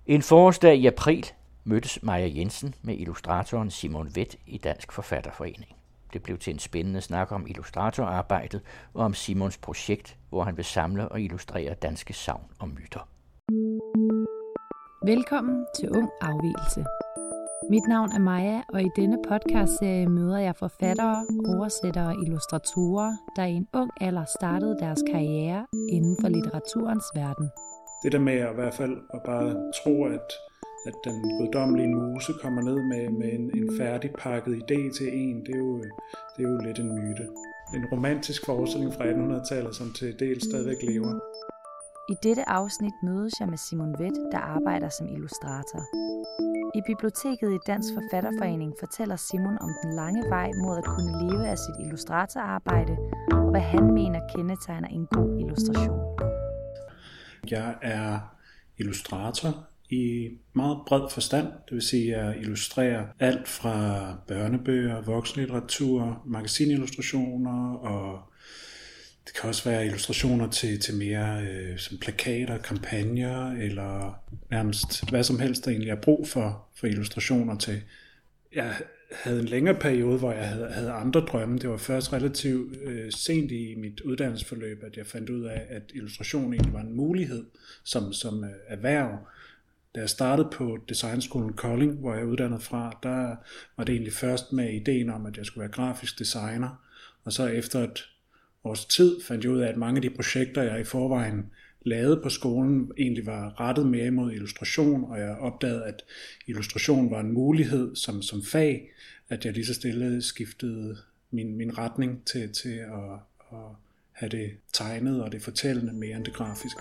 En forårsdag i april mødtes Maja Jensen med illustratoren Simon Weth i Dansk Forfatterforening. Det blev til en spændende snak om illustratorarbejdet og om Simons projekt, hvor han vil samle og illustrere danske sagn og myter. Velkommen til Ung Afvigelse. Mit navn er Maja, og i denne podcastserie møder jeg forfattere, oversættere og illustratorer, der i en ung alder startede deres karriere inden for litteraturens verden. Det der med at i hvert fald at bare tro, at den guddommelige muse kommer ned med en færdigpakket idé til en, det er jo lidt en myte. En romantisk forestilling fra 1800-tallet, som til del stadigvæk lever. I dette afsnit mødes jeg med Simon Weth, der arbejder som illustrator. I biblioteket i Dansk Forfatterforening fortæller Simon om den lange vej mod at kunne leve af sit illustratorarbejde, og hvad han mener kendetegner en god illustration. Jeg er illustrator i meget bred forstand, det vil sige, at jeg illustrerer alt fra børnebøger, voksenlitteratur, magasinillustrationer, og det kan også være illustrationer til mere som plakater, kampagner, eller nærmest hvad som helst, der egentlig er brug for illustrationer til. Jeg havde en længere periode, hvor jeg havde andre drømme. Det var først relativt sent i mit uddannelsesforløb, at jeg fandt ud af, at illustration egentlig var en mulighed som erhverv. Da jeg startede på Designskolen Kolding, hvor jeg er uddannet fra, der var det egentlig først med ideen om, at jeg skulle være grafisk designer. Og så efter et års tid fandt jeg ud af, at mange af de projekter, jeg i forvejen lavede på skolen, egentlig var rettet mere imod illustration, og jeg opdagede, at illustration var en mulighed som fag, at jeg lige så stille skiftede min retning til at have det tegnet og det fortællende mere end det grafiske.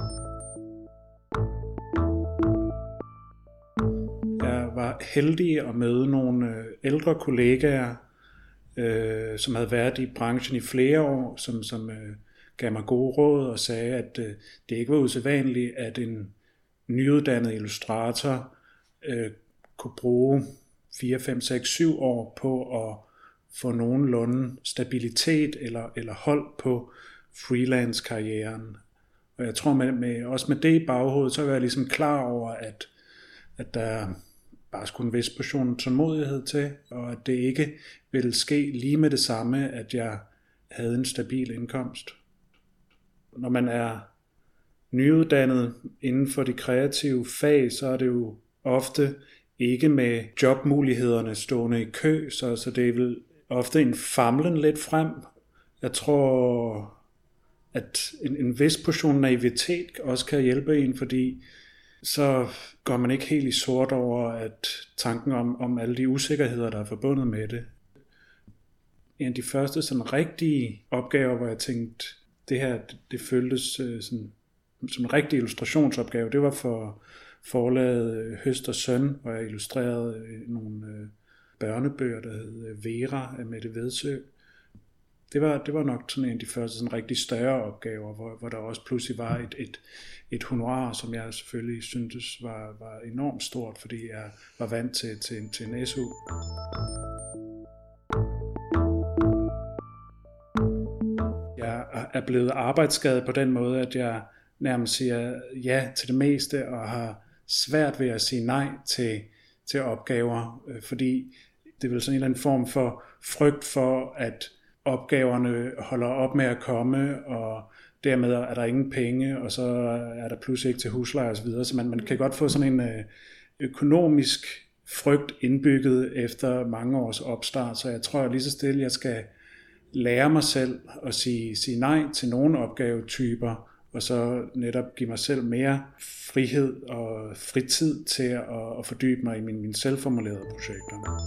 Jeg var heldig at møde nogle ældre kollegaer, som havde været i branchen i flere år, som gav mig gode råd og sagde, at det ikke var usædvanligt, at en nyuddannet illustrator kunne bruge 4, 5, 6, 7 år på at få nogenlunde stabilitet eller hold på freelance-karrieren. Og jeg tror, også med det i baghovedet, så var jeg ligesom klar over, at der bare skulle en vis portion tålmodighed til, og at det ikke ville ske lige med det samme, at jeg havde en stabil indkomst. Når man er nyuddannet inden for de kreative fag, så er det jo ofte ikke med jobmulighederne stående i kø, så det er vel ofte en famlen lidt frem. Jeg tror, at en vis portion naivitet også kan hjælpe en, fordi så går man ikke helt i sort over at tanken om alle de usikkerheder, der er forbundet med det. En af de første sådan rigtige opgaver, hvor jeg tænkte, det her det føltes som en rigtig illustrationsopgave, det var for forlaget Høst og Søn, hvor jeg illustrerede nogle børnebøger, der hed Vera af Mette Vedsø. Det var nok sådan en af de første sådan rigtig større opgaver, hvor der også pludselig var et honorar, som jeg selvfølgelig syntes var enormt stort, fordi jeg var vant til en SU. Jeg er blevet arbejdsskadet på den måde, at jeg nærmest siger ja til det meste, og har svært ved at sige nej til opgaver, fordi det er vel sådan en eller anden form for frygt for, at opgaverne holder op med at komme, og dermed er der ingen penge, og så er der pludselig ikke til husleje osv. Så man kan godt få sådan en økonomisk frygt indbygget efter mange års opstart, så jeg tror at lige så stille, jeg skal lære mig selv at sige nej til nogle opgavetyper, og så netop give mig selv mere frihed og fritid til at fordybe mig i mine selvformulerede projekter.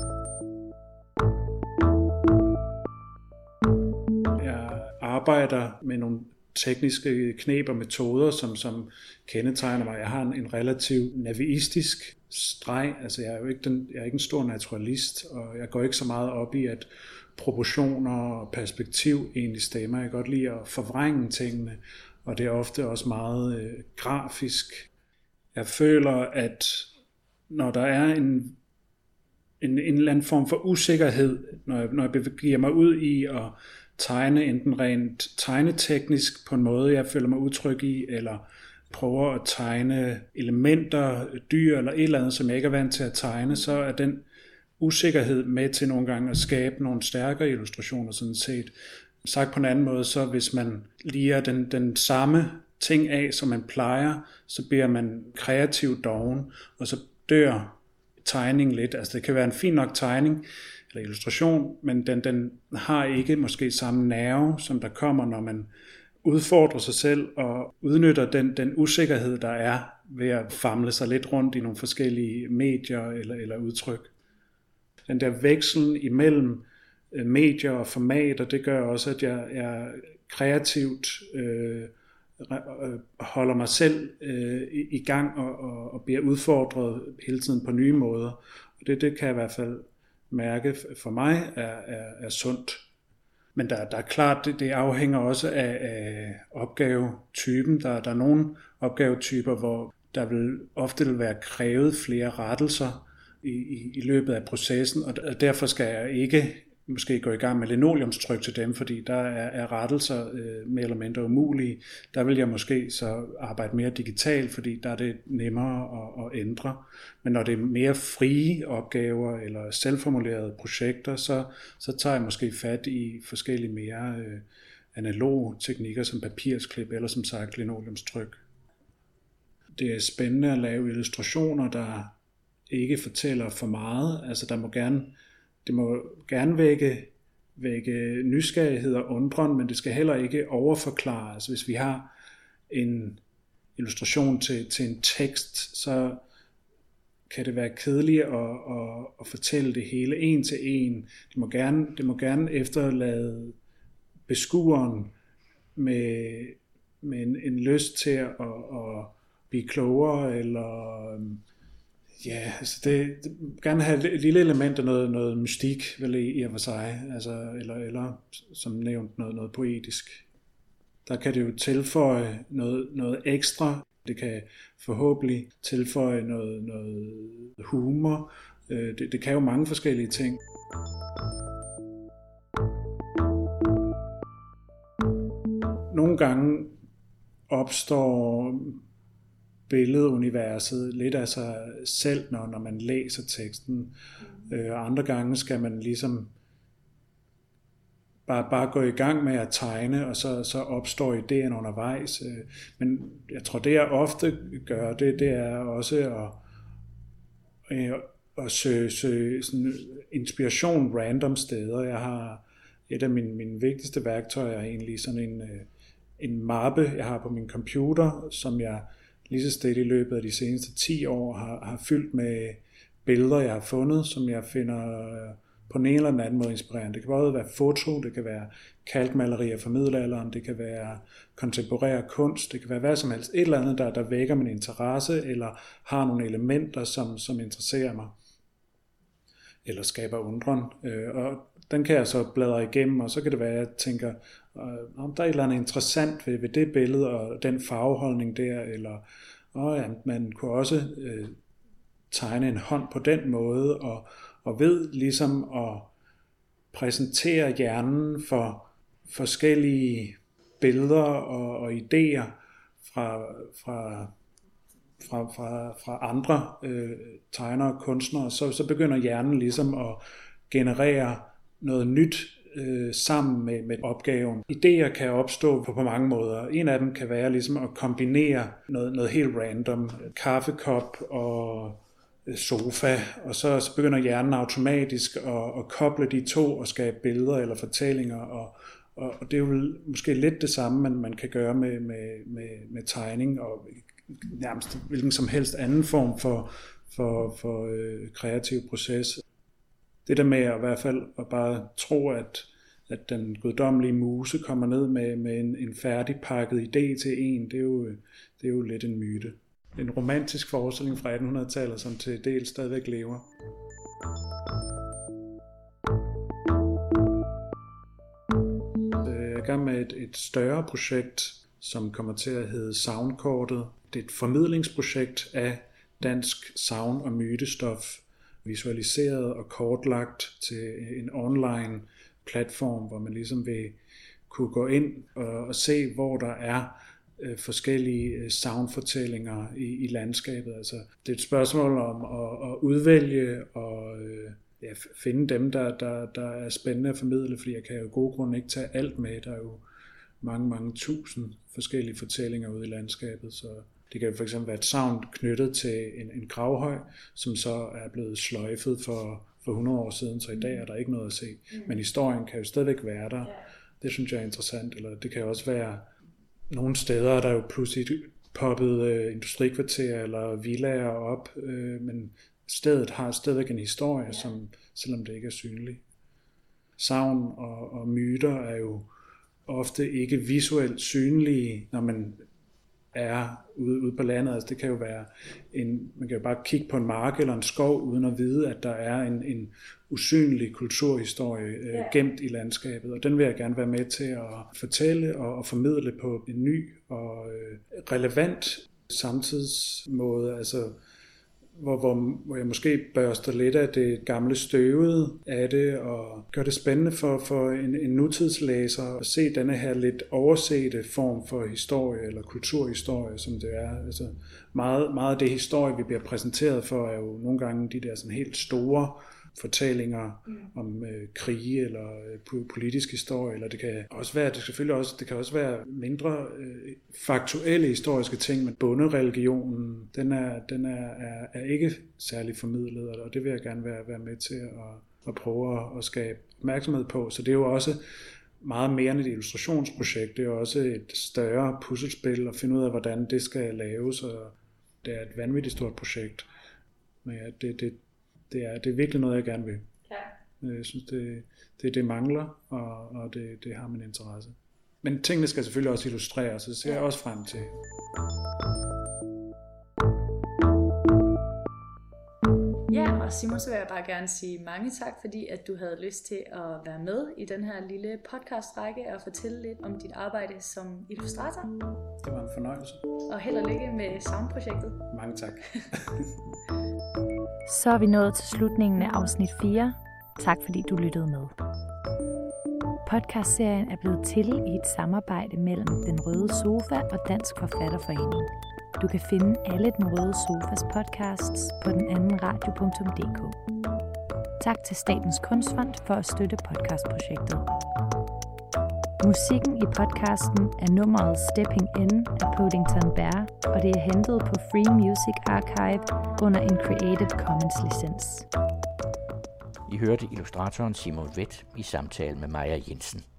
Jeg arbejder med nogle tekniske kneb og metoder, som kendetegner mig. Jeg har en relativt naivistisk streg. Altså jeg er ikke en stor naturalist, og jeg går ikke så meget op i, at proportioner og perspektiv egentlig stemmer. Jeg kan godt lide at forvrænge tingene, og det er ofte også meget grafisk. Jeg føler, at når der er en eller anden form for usikkerhed, når jeg begiver mig ud i at tegne enten rent tegneteknisk på en måde, jeg føler mig utryg i, eller prøver at tegne elementer, dyr eller et eller andet, som jeg ikke er vant til at tegne, så er den usikkerhed med til nogle gange at skabe nogle stærkere illustrationer sådan set. Sagt på en anden måde, så hvis man liger den samme ting af, som man plejer, så bliver man kreativt doven, og så dør tegningen lidt. Altså det kan være en fin nok tegning eller illustration, men den har ikke måske samme nerve, som der kommer, når man udfordrer sig selv og udnytter den usikkerhed, der er ved at famle sig lidt rundt i nogle forskellige medier eller udtryk. Den der veksel imellem medier og formater, det gør også, at jeg kreativt holder mig selv i gang og bliver udfordret hele tiden på nye måder. Og det kan jeg i hvert fald mærke for mig er sundt. Men der er klart, det afhænger også af opgavetypen. Der er nogle opgavetyper, hvor der ofte vil være krævet flere rettelser i løbet af processen, og derfor skal jeg ikke måske gå i gang med linoleumstryk til dem, fordi der er rettelser mere eller mindre umulige. Der vil jeg måske så arbejde mere digitalt, fordi der er det nemmere at ændre. Men når det er mere frie opgaver eller selvformulerede projekter, så tager jeg måske fat i forskellige mere analoge teknikker som papirsklip eller som sagt linoleumstryk. Det er spændende at lave illustrationer, der ikke fortæller for meget. Altså det må gerne vække nysgerrighed og undren, men det skal heller ikke overforklare. Altså hvis vi har en illustration til en tekst, så kan det være kedeligt at fortælle det hele en til en. Det må gerne efterlade beskueren med en lyst til at blive klogere, eller ja, altså det gerne have et lille element af noget mystik vel i og for sig, altså eller som nævnt noget poetisk. Der kan det jo tilføje noget ekstra. Det kan forhåbentlig tilføje noget humor. Det kan jo mange forskellige ting. Nogle gange opstår billeduniverset lidt af sig selv, når man læser teksten. Andre gange skal man ligesom bare gå i gang med at tegne, og så opstår idéen undervejs. Men jeg tror, det jeg ofte gør, det er også at søge sådan inspiration random steder. Jeg har et af mine vigtigste værktøjer, er egentlig sådan en mappe, jeg har på min computer, som jeg lige så stille i løbet af de seneste 10 år har fyldt med billeder, jeg har fundet, som jeg finder på en eller anden måde inspirerende. Det kan både være foto, det kan være kalkmalerier fra middelalderen, det kan være kontemporær kunst, det kan være hvad som helst. Et eller andet, der vækker min interesse, eller har nogle elementer, som interesserer mig, eller skaber undren. Og den kan jeg så bladre igennem, og så kan det være, at jeg tænker, om der er et eller andet interessant ved det billede, og den farveholdning der, eller man kunne også tegne en hånd på den måde, og ved ligesom at præsentere hjernen for forskellige billeder og idéer fra andre tegnere og kunstnere, så begynder hjernen ligesom at generere noget nyt sammen med opgaven. Idéer kan opstå på mange måder. En af dem kan være ligesom at kombinere noget helt random, kaffekop og sofa, og så begynder hjernen automatisk at koble de to og skabe billeder eller fortællinger, og det er jo måske lidt det samme, man kan gøre med tegning og nærmest hvilken som helst anden form for kreativ proces. Det der med at i hvert fald at bare tro, at den guddommelige muse kommer ned med en færdigpakket idé til en, det er jo lidt en myte. En romantisk forestilling fra 1800-tallet, som til dels stadigvæk lever. Jeg er i gang med et større projekt, som kommer til at hedde Sagnkortet. Det er et formidlingsprojekt af dansk sagn- og mytestof, visualiseret og kortlagt til en online platform, hvor man ligesom vil kunne gå ind og se, hvor der er forskellige soundfortællinger i landskabet. Altså, det er et spørgsmål om at udvælge og finde dem, der er spændende at formidle, fordi jeg kan jo af gode grunde ikke tage alt med. Der er jo mange tusind forskellige fortællinger ude i landskabet, så det kan jo for eksempel være et savn knyttet til en gravhøj, som så er blevet sløjfet for 100 år siden, så i dag er der ikke noget at se. Men historien kan jo stadigvæk være der. Det synes jeg er interessant. Eller det kan også være nogle steder, der er jo pludselig poppet industrikvarterer eller villaer op, men stedet har stadigvæk en historie, som, selvom det ikke er synligt. Sagn og myter er jo ofte ikke visuelt synlige, når man er ude på landet. Altså det kan jo være man kan jo bare kigge på en mark eller en skov, uden at vide, at der er en usynlig kulturhistorie gemt i landskabet, og den vil jeg gerne være med til at fortælle og formidle på en ny og relevant samtidsmåde, altså hvor jeg måske børster lidt af det gamle støvede af det, og gør det spændende for en nutidslæser at se denne her lidt oversete form for historie eller kulturhistorie, som det er. Altså meget af det historie, vi bliver præsenteret for, er jo nogle gange de der sådan helt store fortællinger om krige eller politisk historie, eller det kan også være, det kan også være mindre faktuelle historiske ting, men bondereligionen, den er ikke særlig formidlet, og det vil jeg gerne være med til at prøve at skabe opmærksomhed på. Så det er jo også meget mere end et illustrationsprojekt, det er også et større puslespil at finde ud af, hvordan det skal laves, og det er et vanvittigt stort projekt. Men ja, det er virkelig noget, jeg gerne vil. Ja. Jeg synes, det mangler, og det har min interesse. Men tingene skal selvfølgelig også illustreres, så det ser jeg også frem til. Ja, og Simon, så vil jeg bare gerne sige mange tak, fordi at du havde lyst til at være med i den her lille podcastrække og fortælle lidt om dit arbejde som illustrator. Det var en fornøjelse. Og held og lykke med soundprojektet. Mange tak. Så er vi nået til slutningen af afsnit 4. Tak fordi du lyttede med. Podcastserien er blevet til i et samarbejde mellem Den Røde Sofa og Dansk Forfatterforening. Du kan finde alle Den Røde Sofas podcasts på denandenradio.dk. Tak til Statens Kunstfond for at støtte podcastprojektet. Musikken i podcasten er nummeret Stepping In af Podington Bear, og det er hentet på Free Music Archive under en Creative Commons licens. I hørte illustratoren Simon Vedt i samtale med Maja Jensen.